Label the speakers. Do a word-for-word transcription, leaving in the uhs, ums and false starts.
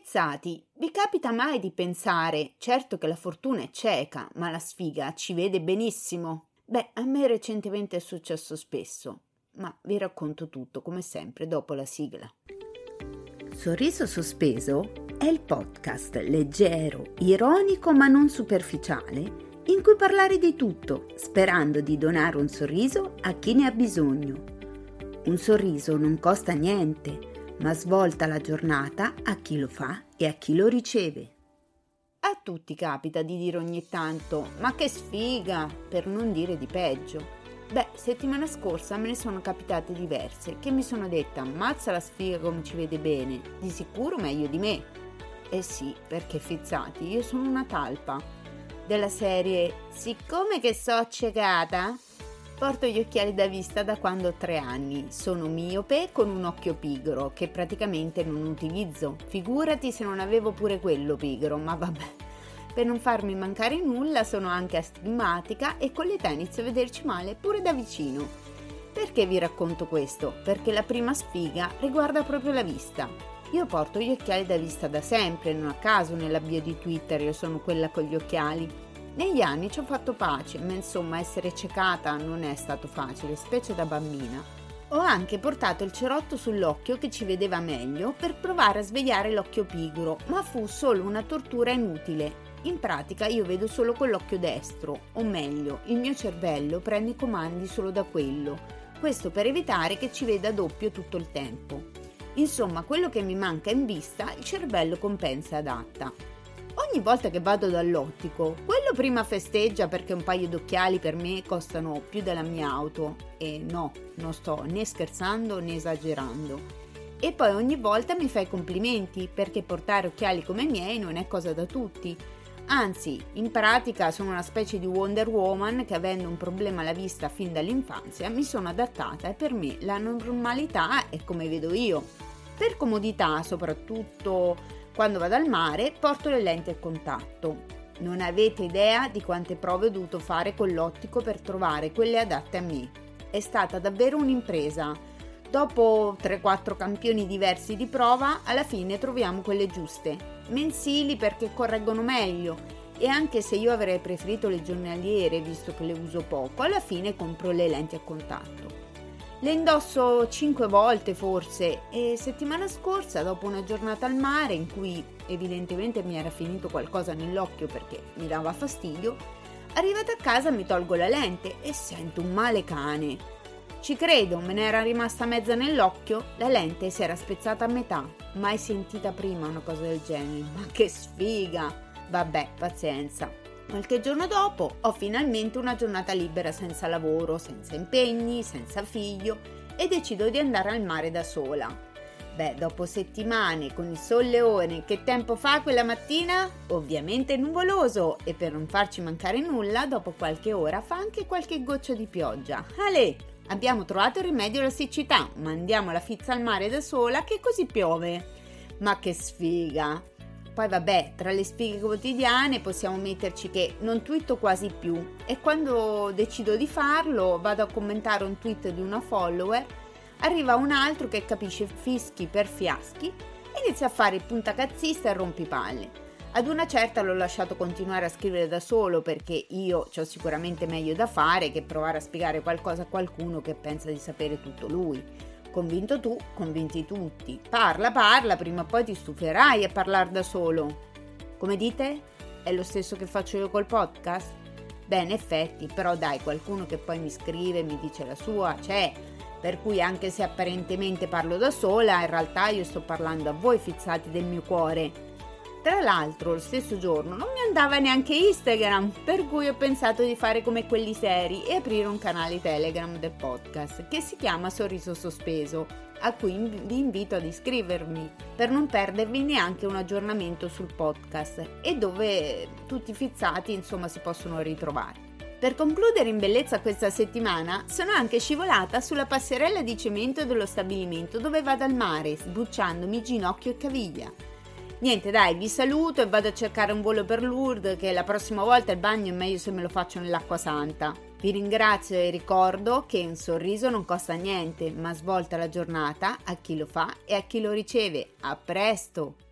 Speaker 1: Fizzati, vi capita mai di pensare, certo che la fortuna è cieca, ma la sfiga ci vede benissimo? Beh, a me recentemente è successo spesso, ma vi racconto tutto come sempre dopo la sigla. Sorriso sospeso è il podcast leggero, ironico ma non superficiale in cui parlare di tutto, sperando di donare un sorriso a chi ne ha bisogno. Un sorriso non costa niente, ma svolta la giornata a chi lo fa e a chi lo riceve. A tutti capita di dire ogni tanto "ma che sfiga", per non dire di peggio. Beh, settimana scorsa me ne sono capitate diverse che mi sono detta "ammazza la sfiga come ci vede bene, di sicuro meglio di me". Eh sì, perché fizzati, io sono una talpa della serie "siccome che so accecata". Porto gli occhiali da vista da quando ho tre anni, sono miope con un occhio pigro che praticamente non utilizzo, figurati se non avevo pure quello pigro, ma vabbè. Per non farmi mancare nulla sono anche astigmatica e con l'età inizio a vederci male pure da vicino. Perché vi racconto questo? Perché la prima sfiga riguarda proprio la vista. Io porto gli occhiali da vista da sempre, non a caso nella bio di Twitter io sono quella con gli occhiali. Negli anni ci ho fatto pace, ma insomma essere ciecata non è stato facile, specie da bambina. Ho anche portato il cerotto sull'occhio che ci vedeva meglio per provare a svegliare l'occhio pigro, ma fu solo una tortura inutile. In pratica io vedo solo con l'occhio destro, o meglio, il mio cervello prende i comandi solo da quello, questo per evitare che ci veda doppio tutto il tempo. Insomma, quello che mi manca in vista, il cervello compensa e adatta. Ogni volta che vado dall'ottico, quello prima festeggia perché un paio d'occhiali per me costano più della mia auto e no, non sto né scherzando né esagerando. E poi ogni volta mi fa i complimenti perché portare occhiali come i miei non è cosa da tutti. Anzi, in pratica sono una specie di Wonder Woman che avendo un problema alla vista fin dall'infanzia mi sono adattata e per me la normalità è come vedo io. Per comodità, soprattutto quando vado al mare, porto le lenti a contatto. Non avete idea di quante prove ho dovuto fare con l'ottico per trovare quelle adatte a me. È stata davvero un'impresa. Dopo tre quattro campioni diversi di prova, alla fine troviamo quelle giuste. Mensili perché correggono meglio e anche se io avrei preferito le giornaliere visto che le uso poco, alla fine compro le lenti a contatto. Le indosso cinque volte forse e settimana scorsa, dopo una giornata al mare in cui evidentemente mi era finito qualcosa nell'occhio perché mi dava fastidio, arrivata a casa mi tolgo la lente e sento un male cane. Ci credo, me ne era rimasta mezza nell'occhio, la lente si era spezzata a metà, mai sentita prima una cosa del genere, ma che sfiga! Vabbè, pazienza. Qualche giorno dopo ho finalmente una giornata libera senza lavoro, senza impegni, senza figlio e decido di andare al mare da sola. Beh, dopo settimane con il solleone, che tempo fa quella mattina? Ovviamente nuvoloso e per non farci mancare nulla, dopo qualche ora fa anche qualche goccia di pioggia. Ale, abbiamo trovato il rimedio alla siccità, mandiamo la Fizza al mare da sola che così piove. Ma che sfiga! Poi vabbè, tra le sfighe quotidiane possiamo metterci che non twitto quasi più e quando decido di farlo vado a commentare un tweet di una follower, arriva un altro che capisce fischi per fiaschi e inizia a fare il puntacazzista e rompipalle. Ad una certa l'ho lasciato continuare a scrivere da solo perché io c'ho sicuramente meglio da fare che provare a spiegare qualcosa a qualcuno che pensa di sapere tutto lui. Convinto tu, convinti tutti. Parla, parla, prima o poi ti stuferai a parlare da solo. Come dite? È lo stesso che faccio io col podcast? Beh, in effetti, però dai, qualcuno che poi mi scrive e mi dice la sua, c'è. Per cui anche se apparentemente parlo da sola, in realtà io sto parlando a voi fizzati del mio cuore. Tra l'altro, lo stesso giorno non mi andava neanche Instagram, per cui ho pensato di fare come quelli seri e aprire un canale Telegram del podcast che si chiama Sorriso Sospeso, a cui vi invito ad iscrivermi per non perdervi neanche un aggiornamento sul podcast e dove tutti i fizzati insomma si possono ritrovare. Per concludere in bellezza questa settimana, sono anche scivolata sulla passerella di cemento dello stabilimento dove vado al mare, sbucciandomi ginocchio e caviglia. Niente dai, vi saluto e vado a cercare un volo per Lourdes che la prossima volta il bagno è meglio se me lo faccio nell'acqua santa. Vi ringrazio e ricordo che un sorriso non costa niente, ma svolta la giornata a chi lo fa e a chi lo riceve. A presto!